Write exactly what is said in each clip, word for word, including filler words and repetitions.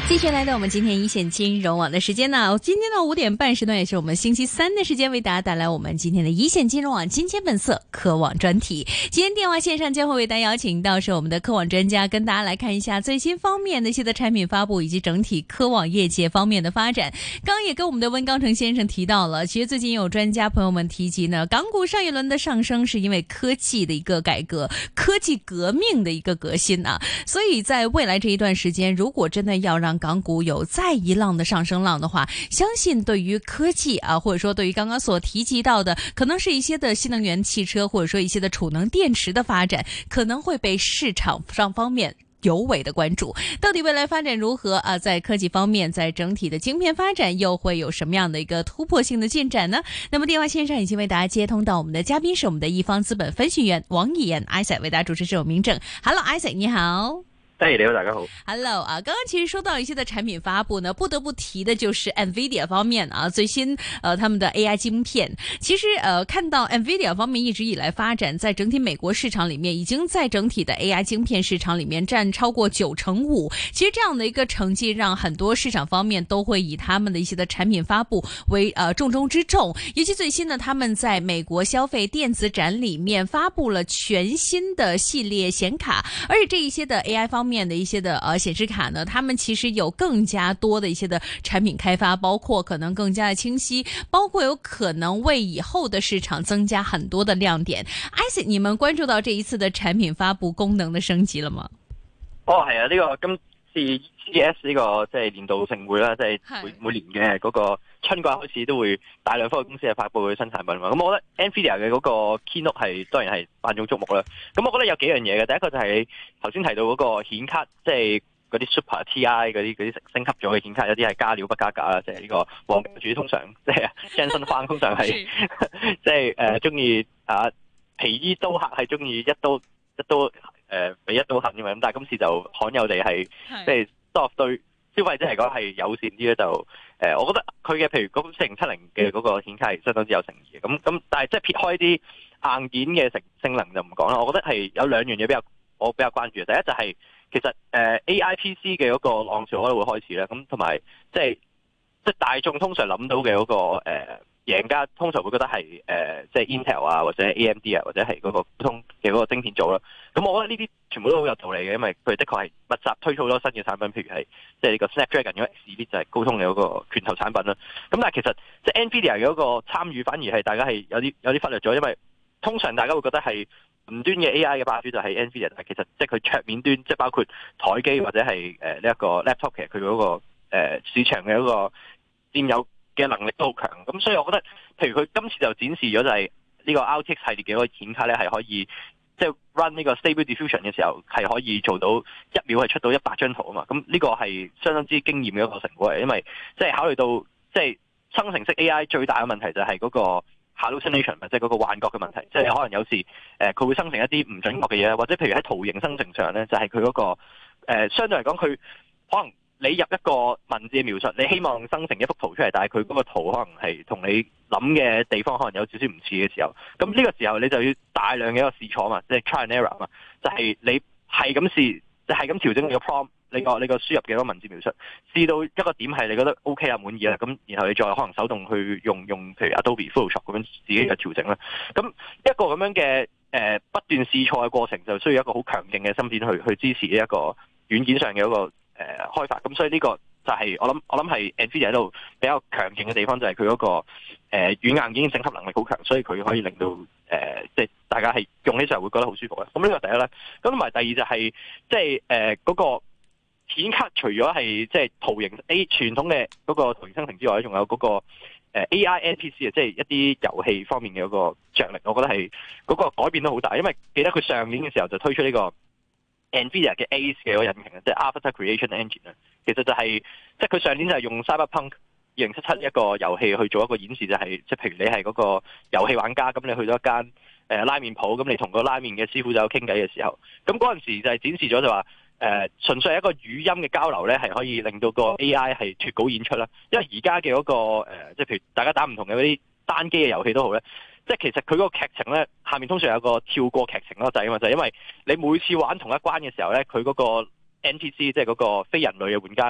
继续来到我们今天一线金融网的时间呢，今天的五点半时段也是我们星期三的时间，为大家带来我们今天的一线金融网金钱本色科网专题。今天电话线上将会为大家邀请到是我们的科网专家，跟大家来看一下最新方面的一些的产品发布以及整体科网业界方面的发展。刚刚也跟我们的温刚成先生提到了，其实最近有专家朋友们提及呢，港股上一轮的上升是因为科技的一个改革，科技革命的一个革新啊，所以在未来这一段时间，如果真的要让港股有再一浪的上升浪的话，相信对于科技啊，或者说对于刚刚所提及到的，可能是一些的新能源汽车，或者说一些的储能电池的发展，可能会被市场上方面尤为的关注。到底未来发展如何啊？在科技方面，在整体的晶片发展又会有什么样的一个突破性的进展呢？那么电话线上已经为大家接通到我们的嘉宾是我们的一方资本分析员王以言 Isaac 为大家主持这种名正。Hello Isaac 你好。 哎，你好，大家好。 Hello 啊，刚刚其实说到一些的产品发布呢，不得不提的就是 Nvidia 方面啊，最新呃他们的 A I 晶片。其实呃看到 Nvidia 方面一直以来发展，在整体美国市场里面，已经在整体的 A I 晶片市场里面占超过九成五。其实这样的一个成绩，让很多市场方面都会以他们的一些的产品发布为呃重中之重。尤其最新呢，他们在美国消费电子展里面发布了全新的系列显卡，而且这一些的 A I 方面。面的一些的呃显示卡呢，他们其实有更加多的一些的产品开发，包括可能更加的清晰，包括有可能为以后的市场增加很多的亮点。Isaac， 你们关注到这一次的产品发布功能的升级了吗？ 哦，係啊，呢、這個今次 C E S 呢個即係年度盛會啦，即係每每年嘅嗰個春季開始都會大量科技公司係發布佢新產品嘛。咁我覺得 Nvidia 嘅嗰個 keynote 係當然係萬眾矚目啦。咁我覺得有幾樣嘢嘅，第一個就係你頭先提到嗰個顯卡，即係嗰啲 Super T I 嗰啲嗰啲升級咗嘅顯卡，有啲係加料不加價啦，即係呢個黃主通常即係 Jensen Huang 通常係即係誒中意啊皮衣刀客係中意一刀一刀誒俾一刀痕嘅嘛。咁但係今次就罕有地係即係多對消費者嚟講係友善啲咧，就誒、呃、我覺得佢嘅譬如嗰四零七零嘅嗰個顯卡係相當之有誠意嘅。咁咁但係即係撇開啲硬件嘅性性能就唔講啦，我覺得係有兩樣嘢比較我比較關注嘅。第一就係、是、其實誒、呃、A I P C 嘅嗰個浪潮可能會開始啦。咁同埋即係即係大眾通常諗到嘅嗰、那個誒、呃、贏家，通常會覺得係誒、呃、即係 Intel 啊或者 A M D 啊或者係嗰個普通嘅嗰個晶片組啦。咁我覺得呢啲全部都好有道理嘅，因為佢的確係密集推出咗新嘅產品，譬如係即係呢個 Snapdragon 嗰 X 呢就係高通嘅嗰個拳頭產品啦。咁但係其實即係 Nvidia 嘅嗰個參與反而係大家係有啲有啲忽略咗，因為通常大家會覺得係雲端嘅 A I 嘅霸主就係 Nvidia，但係其實即係佢桌面端，即係包括台機或者係誒呢一個 laptop， 其實佢嗰個誒市場嘅嗰個佔有嘅能力都好強。咁所以我覺得，譬如佢今次就展示咗就係呢個 R T X 系列嘅嗰個顯卡咧係可以。即係 run 呢個 Stable Diffusion 嘅時候係可以做到一秒係出到一百張圖啊嘛，咁呢個係相當之驚豔嘅一個成果嚟，因為即係考慮到即係生成式 A I 最大嘅問題就係嗰個 hallucination， 即係嗰個幻覺嘅問題，即係可能有時誒佢、呃、會生成一啲唔準確嘅嘢，或者譬如喺圖形生成上咧，就係佢嗰個誒、呃、相對嚟講佢可能。你入一個文字嘅描述，你希望生成一幅圖出嚟，但係佢嗰個圖可能係同你諗嘅地方可能有少少唔似嘅時候，咁呢個時候你就要大量嘅一個試錯嘛，即係 try and error 嘛，就係你係咁試，就係咁調整你個 prompt，你個你個輸入嘅嗰個文字描述，試到一個點係你覺得 OK 啊滿意啦，咁然後你再可能手動去用用譬如 Adobe Photoshop 咁樣自己嘅調整啦，咁一個咁樣嘅誒、呃、不斷試錯嘅過程，就需要一個好強勁嘅芯片去去支持呢一個軟件上嘅一個。誒、呃、開發，咁所以呢個就係、是、我諗我諗係 Nvidia 喺度比較強勁嘅地方，就係佢嗰個誒、呃、軟硬件整合能力好強，所以佢可以令到誒、呃、即係大家係用起上嚟會覺得好舒服嘅。咁呢個第一啦，咁同埋第二就係、是、即係誒嗰個顯卡，除咗係即係圖形 A 傳統嘅嗰個圖形生成之外，仲有嗰、那個、呃、A I N P C 啊，即係一啲遊戲方面嘅嗰個着力，我覺得係嗰個改變都好大，因為記得佢上年嘅時候就推出呢、這個。Nvidia 嘅 A C E 嘅嗰個引擎即係 Avatar Creation Engine 其實就係、是、即係佢上年就係用 Cyberpunk 二零七七一個遊戲去做一個演示，就係、是、即係譬如你係嗰個遊戲玩家，咁你去到一間誒、呃、拉麵鋪，咁你同個拉麵嘅師傅就有傾偈嘅時候，咁嗰陣時就係展示咗就話誒、呃、純粹係一個語音嘅交流咧，係可以令到個 A I 係脫稿演出啦。因為而家嘅嗰個、呃、即係譬如大家打唔同嘅嗰啲單機嘅遊戲都好咧。即係其實佢嗰個劇情咧，下面通常有個跳過劇情嗰個掣啊嘛，就係、是、因為你每次玩同一關嘅時候咧，佢嗰個 N P C 即係嗰個非人類嘅玩家咧，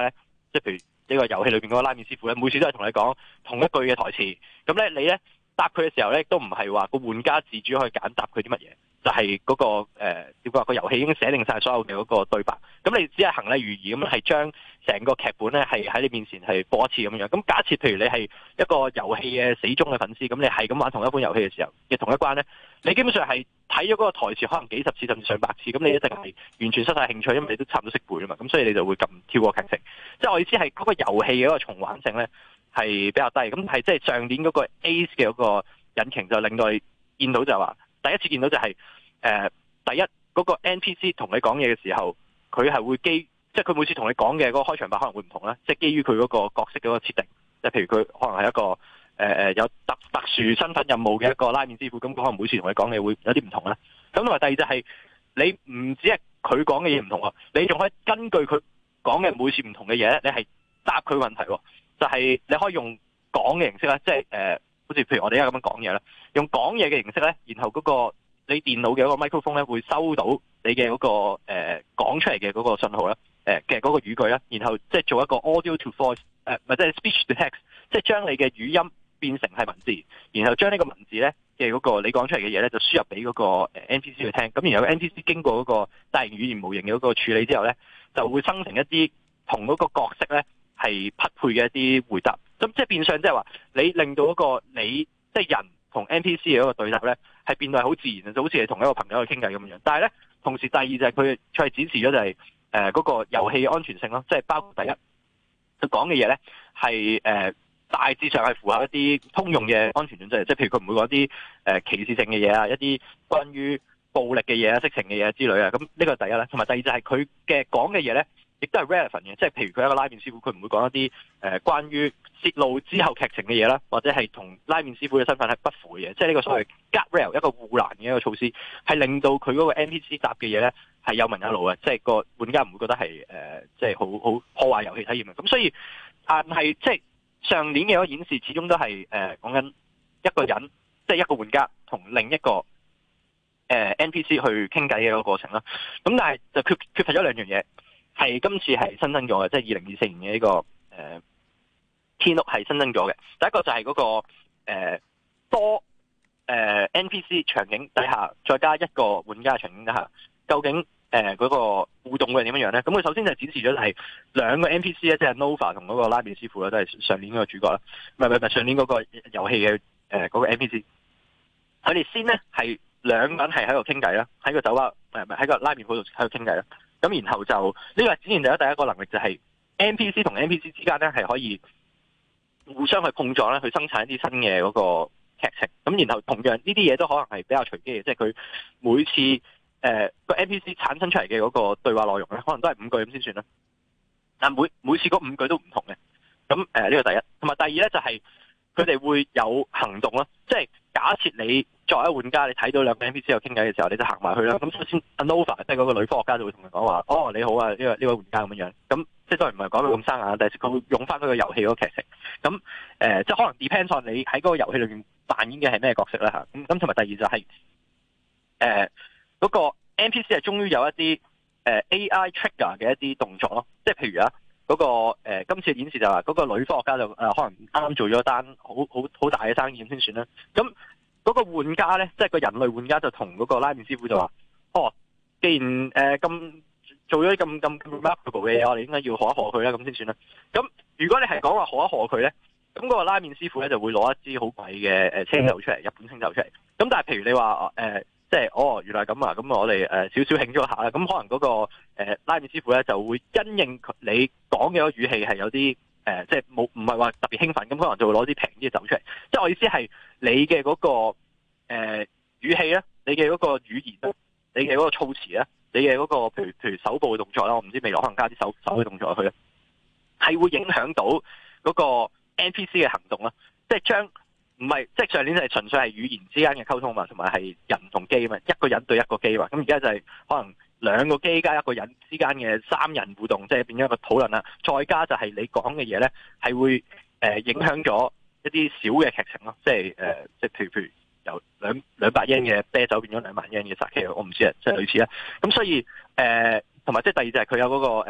即係譬如呢個遊戲裏邊嗰個拉麵師傅咧，每次都係同你講同一句嘅台詞，咁咧你咧答佢嘅時候咧，都唔係話個玩家自主可以揀答佢啲乜嘢，就係、是、嗰、那個誒點講個遊戲已經寫定晒所有嘅嗰個對白，咁你只係行禮如儀咁樣係將成個劇本咧係喺你面前係播一次咁樣。咁假設譬如你係一個遊戲嘅死忠嘅粉絲，咁你係咁玩同一款遊戲嘅時候嘅同一關咧，你基本上係睇咗嗰個台詞可能幾十次甚至上百次，咁你一定係完全失晒興趣，因為你都差唔多識背啊嘛，咁所以你就會撳跳過劇情。即係我意思係嗰個遊戲嘅嗰個重玩性咧係比較低，咁係即係上年嗰個 Ace 嘅嗰個引擎就令到你見到就係話第一次見到就係、是、誒、呃、第一嗰、那個 N P C 同你講嘢嘅時候，佢係會基即係佢每次同你講嘅嗰個開場白可能會唔同啦，即係基於佢嗰個角色嗰個設定，即係譬如佢可能係一個誒誒、呃、有特特殊身份任務嘅一個拉麵師傅，咁可能每次同你講嘢會有啲唔同啦。咁同埋第二就係、是、你唔止係佢講嘅嘢唔同啊，你仲可以根據佢講嘅每次唔同嘅嘢咧，你係答佢問題，就係、是、你可以用講嘅形式咧，即係誒。呃好似譬如我哋而家咁樣講嘢啦，用講嘢嘅形式咧，然後嗰個你電腦嘅嗰個 microphone 咧會收到你嘅嗰、那個誒、呃、講出嚟嘅嗰個信號啦，誒嘅嗰個語句啦，然後即係做一個 audio to voice 誒、呃，唔係即係 speech to text，即係將你嘅語音變成係文字，然後將呢個文字咧嘅嗰個你講出嚟嘅嘢咧就輸入俾嗰個 N P C 去聽，咁然後 N P C 經過嗰個大型語言模型嘅嗰個處理之後咧，就會生成一啲同嗰個角色咧係匹配嘅一啲回答。咁即係變相即係話，你令到嗰個你即係人同 N P C 嘅一個對答咧，係變到係好自然嘅，就好似係同一個朋友去傾偈咁樣。但係咧，同時第二就係佢佢係展示咗就係誒嗰個遊戲安全性咯，即係包括第一，佢講嘅嘢咧係誒大致上係符合一啲通用嘅安全準則，即係譬如佢唔會講一啲誒歧視性嘅嘢啊，一啲關於暴力嘅嘢啊、色情嘅嘢之類啊。咁呢個係第一啦，同埋第二就係佢嘅講嘅嘢咧，亦都係 relevant 嘅，即係譬如佢係一個拉麵師傅，佢唔會講一啲誒、呃、關於泄露之後劇情嘅嘢啦，或者係同拉麵師傅嘅身份係不符嘅嘢，即係呢個所謂 guardrail 一個護欄嘅一個措施，係令到佢嗰個 N P C 答嘅嘢咧係有文有路嘅，即係個玩家唔會覺得係誒、呃、即係好好破壞遊戲體驗嘅。咁所以但係即係上年嘅嗰個演示始終都係誒講緊一個人，即係一個玩家同另一個誒、呃、N P C 去傾偈嘅一個過程啦。咁但係就缺缺乏咗兩樣嘢。係今次係新增咗嘅，即係二零二四年嘅呢、這個誒、呃、天屋係新增咗嘅。第一個就係嗰、那個誒、呃、多誒、呃、N P C 場景底下，再加一個玩家嘅場景底下，究竟誒嗰、呃那個互動會係點樣樣咧？咁佢首先就展示咗就係兩個 N P C 咧，即係 Nova 同嗰個拉麵師傅咧，都係上年嗰個主角啦。唔係唔係唔係上年嗰個遊戲嘅誒嗰個 N P C。佢哋先咧係兩個人係喺度傾偈啦，喺個酒吧誒唔係喺個拉麵鋪度喺度傾偈啦。咁然後就呢、這個展現咗第一個能力，就係 N P C 同 N P C 之間咧係可以互相去碰撞咧，去生產一啲新嘅嗰個劇情。咁然後同樣呢啲嘢都可能係比較隨機嘅，即係佢每次誒個、呃、N P C 產生出嚟嘅嗰個對話內容咧，可能都係五句咁先算啦。但每每次嗰五句都唔同嘅。咁誒呢個第一，同埋第二咧就係佢哋會有行動咯，即係假設你作為一玩家，你睇到兩個 N P C 有傾偈嘅時候，你就行埋去啦。咁首先 Anova 即係嗰個女科學家就會同佢講話：哦，你好啊，呢、這個呢位玩家咁樣樣。咁即係當然唔係講到咁生硬，但係佢會用翻嗰個遊戲嗰個劇情。咁誒、呃，即係可能 depends on 你喺嗰個遊戲裏面扮演嘅係咩角色啦嚇。咁咁同埋第二就係誒嗰個 N P C 係終於有一啲誒、呃、A I trigger 嘅一啲動作咯。即係譬如啊，嗰、那個誒、呃、今次嘅演示就話嗰個女科學家就誒、呃、可能啱啱做咗單好好好大嘅生意先算啦。咁嗰個玩家咧，即係個人類玩家就同嗰個拉麵師傅就話：哦，既然誒咁、呃、做咗咁咁咁 remarkable 嘅嘢，我哋應該要學一學佢啦，咁先算啦。咁如果你係講話學一學佢咧，咁嗰個拉麵師傅咧就會攞一支好貴嘅誒清酒出嚟，日本清酒出嚟。咁但係譬如你話誒、呃，即係哦，原來咁啊，咁我哋誒少少慶祝一下啦。咁可能嗰、那個、呃、拉麵師傅咧就會因應你講嘅嗰個語氣係有啲。誒、呃，即係冇唔係話特別興奮，咁可能就會攞啲平啲嘅酒出嚟。即係我意思係你嘅嗰、那個誒、呃、語氣咧，你嘅嗰個語言咧，你嘅嗰個措辭咧，你嘅嗰、那個譬如譬如手部嘅動作啦，我唔知未來可能加啲手手嘅動作落去咧，係會影響到嗰個 N P C 嘅行動啦。即係將唔係即係上年係純粹係語言之間嘅溝通嘛，同埋係人同機嘛，一個人對一個機嘛。咁而家就係可能。兩個機加一個人之間嘅三人互動，即係變咗一個討論啦。再加就係你講嘅嘢咧，係會誒、呃、影響咗一啲小嘅劇情咯。即係誒、呃，即係譬如譬如由兩兩百 yen 嘅啤酒變咗兩萬 yen 嘅 sake，我唔知啊，即係類似啦。咁所以誒，同、呃、埋即係第二就係佢有嗰、那個誒、呃、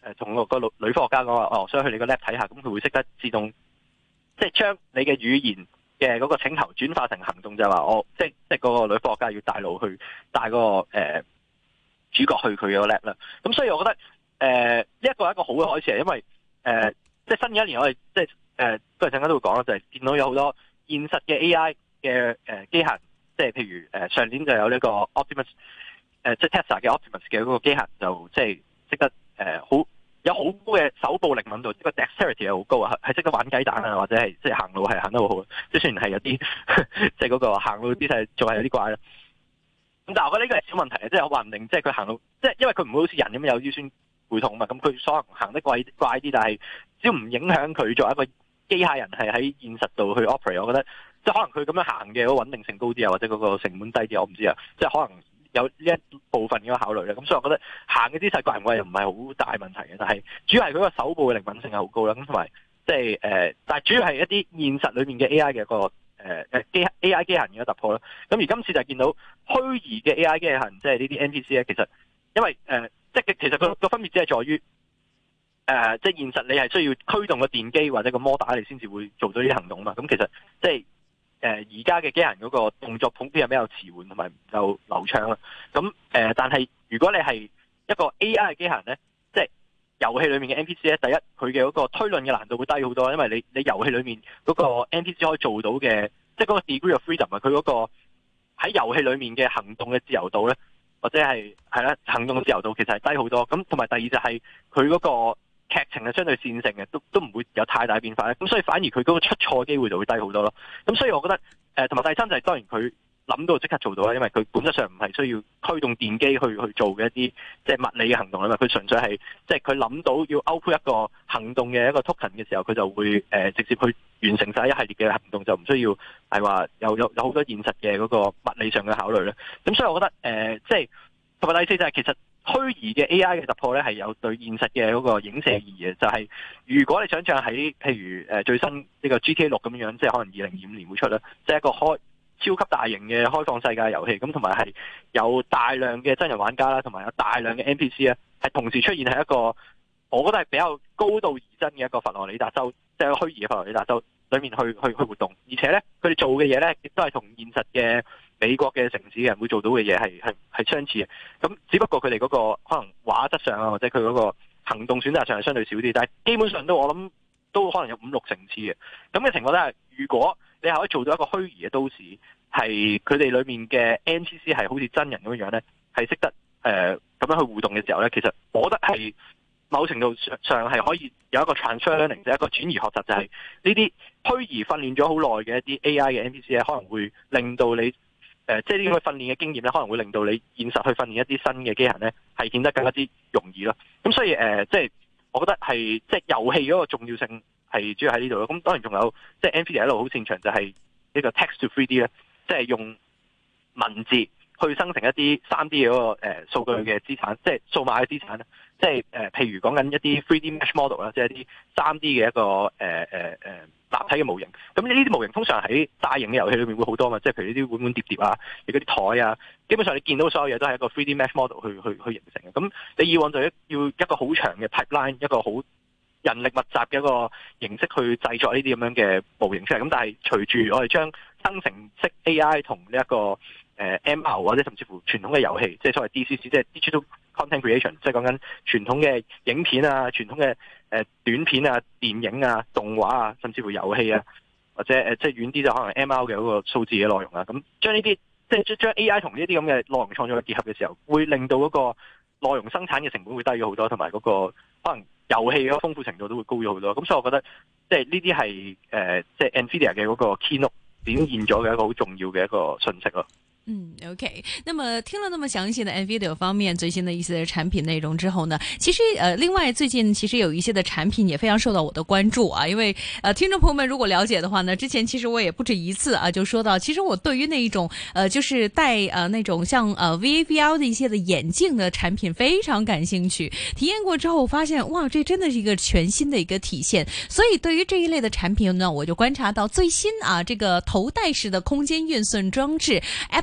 誒同個個女女科學家講話，哦，想去你個 lab 睇下，咁佢會識得自動即係將你嘅語言嘅嗰個請求轉化成行動，就係話我即係即係嗰個女科學家要帶路去帶嗰、那個誒、呃、主角去佢個 lab 啦。咁所以我覺得誒呢一個係一個好嘅開始，係因為誒、呃、即係新嘅一年我哋即係誒都係陣間都會講啦，就係、是、見到有好多現實嘅 A I 嘅誒機械人，即係譬如誒、呃、上年就有呢個 Optimus 誒、呃、即係 Tesla 嘅 Optimus 嘅嗰個機械人就即係識得誒好。呃有好高嘅手部靈敏度，即係個 dexterity 係好高啊，係識得玩雞蛋啊，或者係即係行路係行得好好。即係雖然係有啲即係嗰個行路姿勢仲係有啲怪啦。咁但係我覺得呢個係小問題啊，即係我話唔定即係佢行路，即係因為佢唔會好似人咁有腰酸背痛啊嘛。咁佢可能行得怪怪啲，但係只要唔影響佢作為一個機械人係喺現實度去 operate，我覺得即係可能佢咁樣行嘅嗰個穩定性高啲啊，或者嗰個成本低啲，我唔知啊。即係可能。有呢一部分嘅考慮咧，咁所以我覺得行嘅姿勢怪唔怪又唔係好大問題嘅，但係主要係佢個手部嘅靈敏性係好高啦，咁同埋即係誒，但係主要係一啲現實裏面嘅 A I 嘅一個誒誒機 A I 機械人嘅突破啦。咁而今次就係見到虛擬嘅 A I 機械人，即係呢啲 N P C 咧，其實因為誒、呃、即係其實個個分別只係在於誒、呃、即係現實你係需要驅動個電機或者個摩打你先至會做到呢啲行動嘛。咁其實即係。誒而家嘅機械人嗰個動作普遍係比較遲緩同埋唔夠流暢啦。咁誒、呃，但係如果你係一個 A I 嘅機械人咧，即係遊戲裡面嘅 N P C 咧，第一佢嘅嗰個推論嘅難度會低好多，因為你你遊戲裡面嗰個 N P C 可以做到嘅，即係嗰個 degree of freedom 啊，佢嗰個喺遊戲裡面嘅行動嘅自由度咧，或者係係啦行動嘅自由度其實係低好多。咁同埋第二就係佢嗰個劇情係相對線性嘅，都都唔會有太大變化咧。咁所以反而佢嗰個出錯嘅機會就會低好多咯。咁所以我覺得誒，同、呃、埋第三就係當然佢諗到即刻做到啦，因為佢本質上唔係需要驅動電機去去做嘅一啲即係物理嘅行動啦嘛。佢純粹係即係佢諗到要 output 一個行動嘅一個 token 嘅時候，佢就會誒、呃、直接去完成晒一系列嘅行動，就唔需要係話有有有好多現實嘅嗰個物理上嘅考慮咧。咁所以我覺得誒、呃，即係同埋第四就係其實。虛擬嘅 A I 嘅突破咧，係有對現實嘅嗰個影射意義嘅，就係、是、如果你想象喺譬如誒最新呢個 G T A 六咁樣，即係可能二零二五年會出啦，即係一個開超級大型嘅開放世界遊戲，咁同埋係有大量嘅真人玩家啦，同埋有大量嘅 N P C 咧，係同時出現喺一個我覺得係比較高度擬真嘅一個佛羅里達州，即係虛擬嘅佛羅里達州裏面去去去活動，而且咧佢哋做嘅嘢咧亦都係同現實嘅美國嘅城市嘅人會做到嘅嘢係係係相似嘅，咁只不過佢哋嗰個可能畫質上啊，或者佢嗰個行動選擇上係相對少啲，但係基本上都我諗都可能有五六成次嘅。咁嘅情況咧，如果你係可以做到一個虛擬嘅都市，係佢哋裏面嘅 N P C 係好似真人咁樣咧，係識得誒咁、呃、樣去互動嘅時候咧，其實我覺得係某程度上係可以有一個 transfer learning，就係一個轉移學習，就係呢啲虛擬訓練咗好耐嘅一啲 A I 嘅 N P C 咧，可能會令到你。誒、呃，即係呢個訓練嘅經驗咧，可能會令到你現實去訓練一啲新嘅機械人咧，係顯得更加之容易咯。咁所以誒、呃，即係我覺得係即係遊戲嗰個重要性係主要喺呢度咯。咁當然仲有即係 NVIDIA 一路好擅長就係呢個 text to 三 D 咧，即係用文字去生成一啲三 D 嘅嗰個誒數據嘅資產，即係數碼嘅資產咧。即係誒、呃，譬如講緊一啲 三 D mesh model 啦，即係一啲三 D 嘅一個誒誒誒立體嘅模型。咁呢啲模型通常喺大型嘅遊戲裏面會好多嘛，即係譬如呢啲碗碗碟碟啊，你嗰啲台啊，基本上你見到所有嘢都係一個 三 D mesh model 去去去形成嘅。咁你以往就要一個好長嘅 pipeline， 一個好人力密集嘅一個形式去製作呢啲咁樣嘅模型出嚟。咁但係隨住我哋將生成式 A I 同呢一個誒 M R 或者甚至乎傳統嘅遊戲，即係所謂 D C C， 即係 digital content creation， 即係講緊傳統嘅影片啊、傳統嘅誒短片啊、電影啊、動畫啊，甚至乎遊戲啊，或者誒即係遠啲就可能 M R 嘅嗰個數字嘅內容啊，咁將呢啲即係將 A I 同呢啲咁嘅內容創作嘅結合嘅時候，會令到嗰個內容生產嘅成本會低咗好多，同埋嗰個可能遊戲嘅豐富程度都會高咗好多。咁所以我覺得即係呢啲係誒即係 NVIDIA 嘅嗰個 keynote 展現咗嘅一個好重要嘅一個訊息咯。 嗯 ，OK。那麼聽了那麼詳細的 NVIDIA 方面最新的一些產品內容之後呢，其實呃，另外最近其實有一些的產品也非常受到我的關注啊，因為呃，聽眾朋友們如果了解的話呢，之前其實我也不止一次啊，就說到，其實我對於那一種呃，就是戴呃那種像呃 V A V R 的一些的眼鏡的產品非常感興趣，體驗過之後發現哇，這真的是一個全新的一個體現。所以對於這一類的產品呢，我就觀察到最新啊，這個頭戴式的空間運算裝置 Apple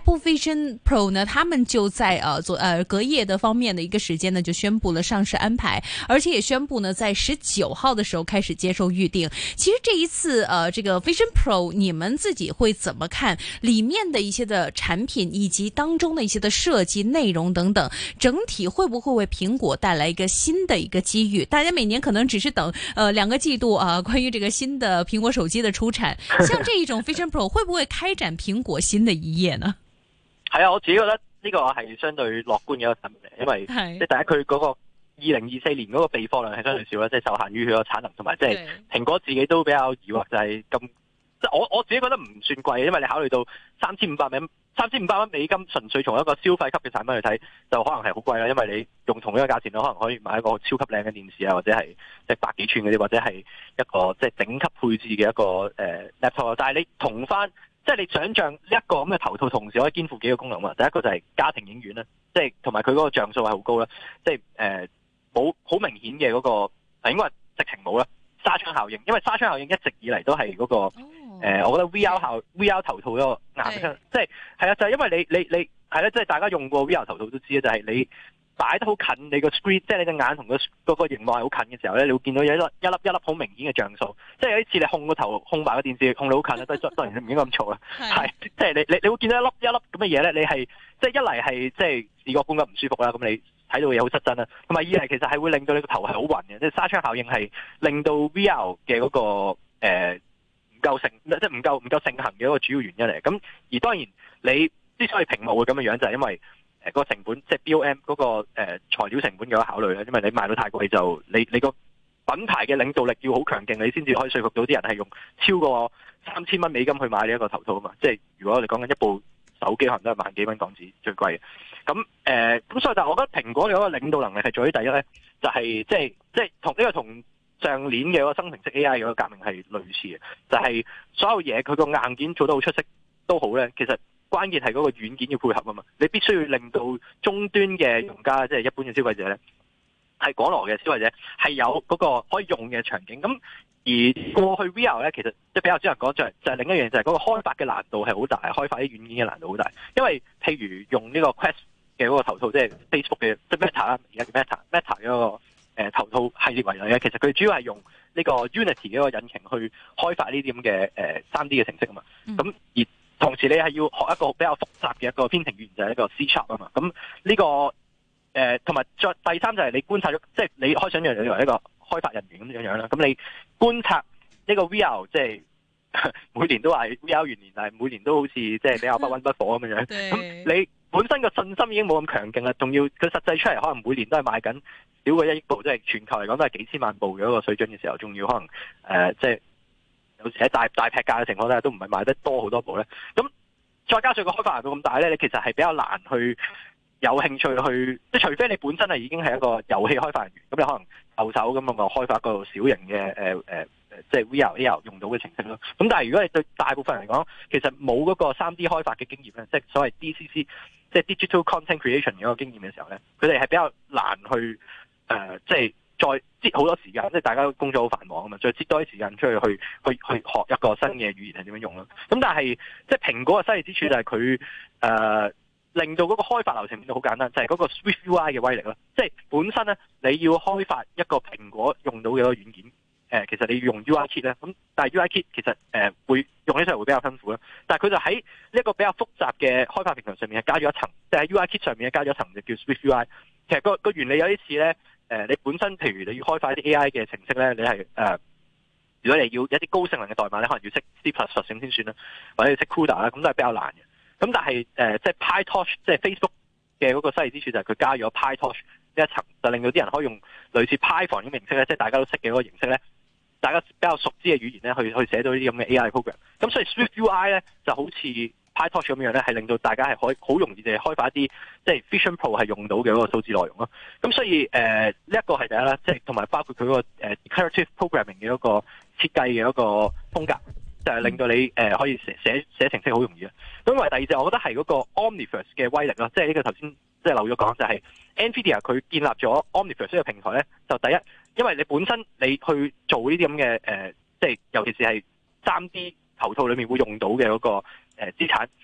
Apple Vision Pro 呢，他們就在呃昨呃隔夜的方面的一個時間呢，就宣布了上市安排，而且也宣布呢，在十九號的時候開始接受預定。其實這一次呃這個 Vision Pro，你們自己會怎麼看裡面的一些的產品，以及當中的一些的設計內容等等，整體會不會為蘋果帶來一個新的一個機遇？大家每年可能只是等呃兩個季度啊、呃，關於這個新的蘋果手機的出產，像這一種 Vision Pro 會不會開展蘋果新的一頁呢？ 係啊，我自己覺得呢個係相對樂觀嘅一個產品嚟，因為即係第一佢嗰個二零二四年嗰個備貨量係相對少啦，即係受限於佢個產能，同埋即係蘋果自己都比較疑惑，就係咁即係我我自己覺得唔算貴，因為你考慮到三千五百蚊三千五百蚊美金，純粹從一個消費級嘅產品去睇，就可能係好貴啦，因為你用同一個價錢，你可能可以買一個超級靚嘅電視啊，或者係即係百幾寸嗰啲，或者係一個即係頂級配置嘅一個誒、呃、laptop。但係你同翻即係你想象一個咁嘅頭套，同時可以肩負幾個功能嘛？第一個就係家庭影院啦，即係同埋佢嗰個像素係好高啦，即係誒冇好明顯嘅嗰個，應該係直情冇啦，紗窗效應，因為紗窗效應一直以嚟都係嗰、嗰個。Oh. 誒、呃，我覺得 V R 效 V R 頭套嗰個硬傷，即係係啊，就係、是、因為你你你係咧，即係、就是、大家用過 V R 頭套都知咧，就係、是、你擺得好近你個 screen，即係你隻眼同個嗰個熒幕係好近嘅時候咧，你會見到有一粒一粒一粒好明顯嘅像素，即係有一次你控個頭控埋個電視控到好近咧，都當然唔應該咁嘈啦，係即係你你你會見到一粒一粒咁嘅嘢咧，你係即係一嚟係即係視覺觀感唔舒服啦，咁你睇到嘢好失真啦，同埋二嚟其實係會令到你個頭係好暈嘅，即係紗窗效應係令到 V R 嘅嗰、那個誒。呃唔夠盛，即係唔夠唔夠盛行嘅一個主要原因嚟。咁而當然，你之所以屏幕會咁嘅樣，就係因為誒嗰個成本，即係 B O M 嗰個誒材料成本嘅考慮咧。因為你賣到太貴，就你你個品牌嘅領導力要好強勁，你先至可以說服到啲人係用超過三千蚊美金去買呢一個頭套啊嘛。即係如果我哋講緊一部手機，可能都係萬幾蚊港紙最貴嘅。咁誒咁，所以但係我覺得蘋果嘅嗰個領導能力係在於第一咧，就係即係即係同呢個同。上年嘅嗰個生成式 A I 嘅嗰個革命係類似嘅，就係、是、所有嘢佢個硬件做得好出色都好咧，其實關鍵係嗰個軟件要配合啊嘛，你必須要令到終端嘅用家，即係一般嘅消費者咧，係廣羅嘅消費者係有嗰個可以用嘅場景。咁而過去 V R 咧，其實即係比較少人講，就係就係另一樣就係嗰個開發嘅難度係好大，開發啲軟件嘅難度好大，因為譬如用呢個 Quest 嘅嗰個頭套，即係 Facebook 嘅即係 Meta 啦，而家叫 Meta Meta 嗰個。誒頭套系列為例咧，其實佢主要係用呢個 Unity 嘅一個引擎去開發呢啲咁嘅誒三 D 嘅程式啊嘛。咁、嗯、而同時你係要學一個比較複雜嘅一個編程語言，就係、是、一個 C Sharp 啊嘛。咁呢、這個誒同埋再第三就係你觀察咗，即、就、係、是、你開想像你為一個開發人員咁樣樣啦。咁你觀察呢個 V R，即係每年都係 V R 元年，但係每年都好似即係比較不溫不火咁樣樣。咁你本身個信心已經冇咁強勁啦，仲要佢實際出嚟可能每年都係賣緊少過一億部，即係全球嚟講都係幾千萬部嘅一個水準嘅時候，仲要可能誒、呃、即係有時喺大大劈價嘅情況下都唔係賣得多好多部咧。咁再加上個開發難度咁大咧，你其實係比較難去有興趣去，即係除非你本身係已經係一個遊戲開發人員，咁你可能後手咁啊開發一個小型嘅誒誒誒即係 V R A R 用到嘅程式咯。咁但係如果你對大部分人嚟講，其實冇嗰個三 D 開發嘅經驗咧，即係所謂 D C C，即係 Digital Content Creation 嘅一個經驗嘅時候咧，佢哋係比較難去。誒、呃，即係再擠好多時間，即係大家工作好繁忙啊嘛，再擠多啲時間出去去去去學一個新嘅語言係點樣用咯。咁但係即係蘋果嘅犀利之處就係佢誒令到嗰個開發流程變到好簡單，就係、是、嗰個 Swift U I 嘅威力啦。即係本身咧，你要開發一個蘋果用到嘅一個軟件，誒、呃，其實你要用 U I Kit 咧，咁但係 U I Kit 其實誒、呃、會用起上嚟會比較辛苦啦。但係佢就喺呢一個比較複雜嘅開發平台上面係加咗一層，即係 U I Kit 上面係加咗一層就叫 Swift U I。其實個個原理有啲似咧。誒、呃，你本身譬如你要開發一啲 A I 嘅程式咧，你係誒、呃，如果你要一啲高性能嘅代碼，你可能要識 C plus plus 先算啦，或者要識 CUDA 啦，咁都係比較難嘅。咁但係誒、呃，即係 PyTorch，即係 Facebook 嘅嗰個犀利之處就係佢加咗 PyTorch 呢一層，就令到啲人可以用類似 Python 咁形式咧，即係大家都識嘅嗰個形式咧，大家比較熟知嘅語言咧，去去寫到呢啲咁嘅 A I program。咁所以 Swift U I 咧就好似 PyTorch 咁樣咧，係令到大家係可以好容易地開發一啲即係 Vision Pro 係用到嘅嗰個數字內容咯。咁所以誒呢一個係第一啦，即係同埋包括佢嗰個誒 Declarative Programming 嘅一個設計嘅一個風格，就係、是、令到你誒、呃、可以寫寫寫程式好容易啊。咁為第二隻，我覺得係嗰個 Omniverse 嘅威力啦，即係呢個頭先即係漏咗講，就係、是、NVIDIA 佢建立咗 Omniverse 呢個平台咧，就第一，因為你本身你去做呢啲咁嘅誒，即係尤其是係三 D 頭套裏面會用到嘅嗰、那個。誒資產，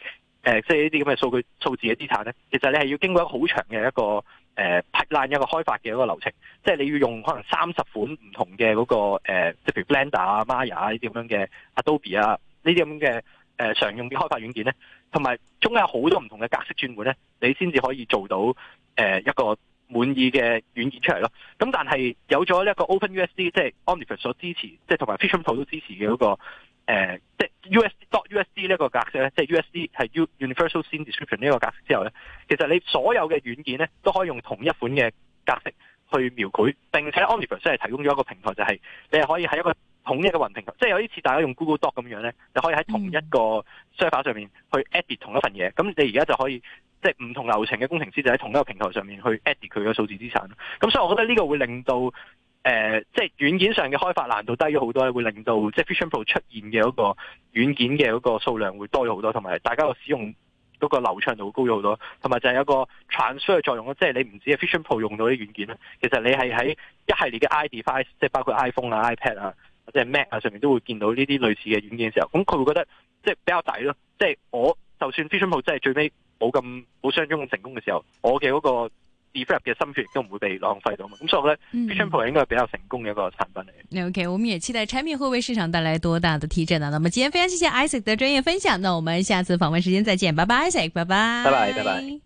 誒即係呢啲咁嘅數據數字嘅資產咧，其實你係要經過一個好長嘅一個誒、呃、pipeline 一個開發嘅一個流程，即係你要用可能三十款唔同嘅嗰、那個誒，即、呃、係譬如 Blender 啊、Maya 啊呢啲咁樣嘅 Adobe 啊呢啲咁嘅誒常用嘅開發軟件咧，同埋中間有好多唔同嘅格式轉換咧，你先至可以做到誒、呃、一個滿意嘅軟件出嚟咯。咁但係有咗呢一個 OpenUSD， 即係 Omniverse 所支持，即係同埋 Fission Pro 都支持嘅嗰、那個。誒、呃，即係 U S D dot U S D 呢個格式咧，即係 U S D 係 Universal Scene Description 呢個格式之後咧，其實你所有嘅軟件咧都可以用同一款嘅格式去描繪，並且 Omniverse 係提供咗一個平台，就係、是、你係可以喺一個統一嘅雲平台，即係有啲似大家用 Google Doc 咁樣咧，你可以喺同一個 server 上面去 edit 同一份嘢，咁你而家就可以即係唔同流程嘅工程師就喺同一個平台上面去 edit 佢嘅數字資產。咁所以我覺得呢個會令到誒、呃，即係軟件上嘅開發難度低咗好多咧，會令到即係 Fission Pro 出現嘅嗰個軟件嘅嗰個數量會多咗好多，同埋大家個使用嗰個流暢度會高咗好多，同埋就係有一個 transfer 嘅作用咯。即係你唔止係 Fission Pro 用到啲軟件啦，其實你係喺一系列嘅 iDevice，即係包括 iPhone 啊、iPad 啊或者係 Mac 啊上面都會見到呢啲類似嘅軟件嘅時候，咁佢會覺得即係比較抵咯。即係我就算 Fission Pro 真係最尾冇咁冇相中咁成功嘅時候，我嘅嗰、嗰個develop 嘅心血亦都唔會被浪費到嘛，咁所以我覺得 Fission Pro 應該係比較成功嘅一個產品嚟。 OK， 我們也期待產品會為市場帶來多大的提振啊！那麼今天非常謝謝 Isaac 的專業分享，那我們下次訪問時間再見，拜拜 Isaac， 拜拜， 拜拜，拜拜。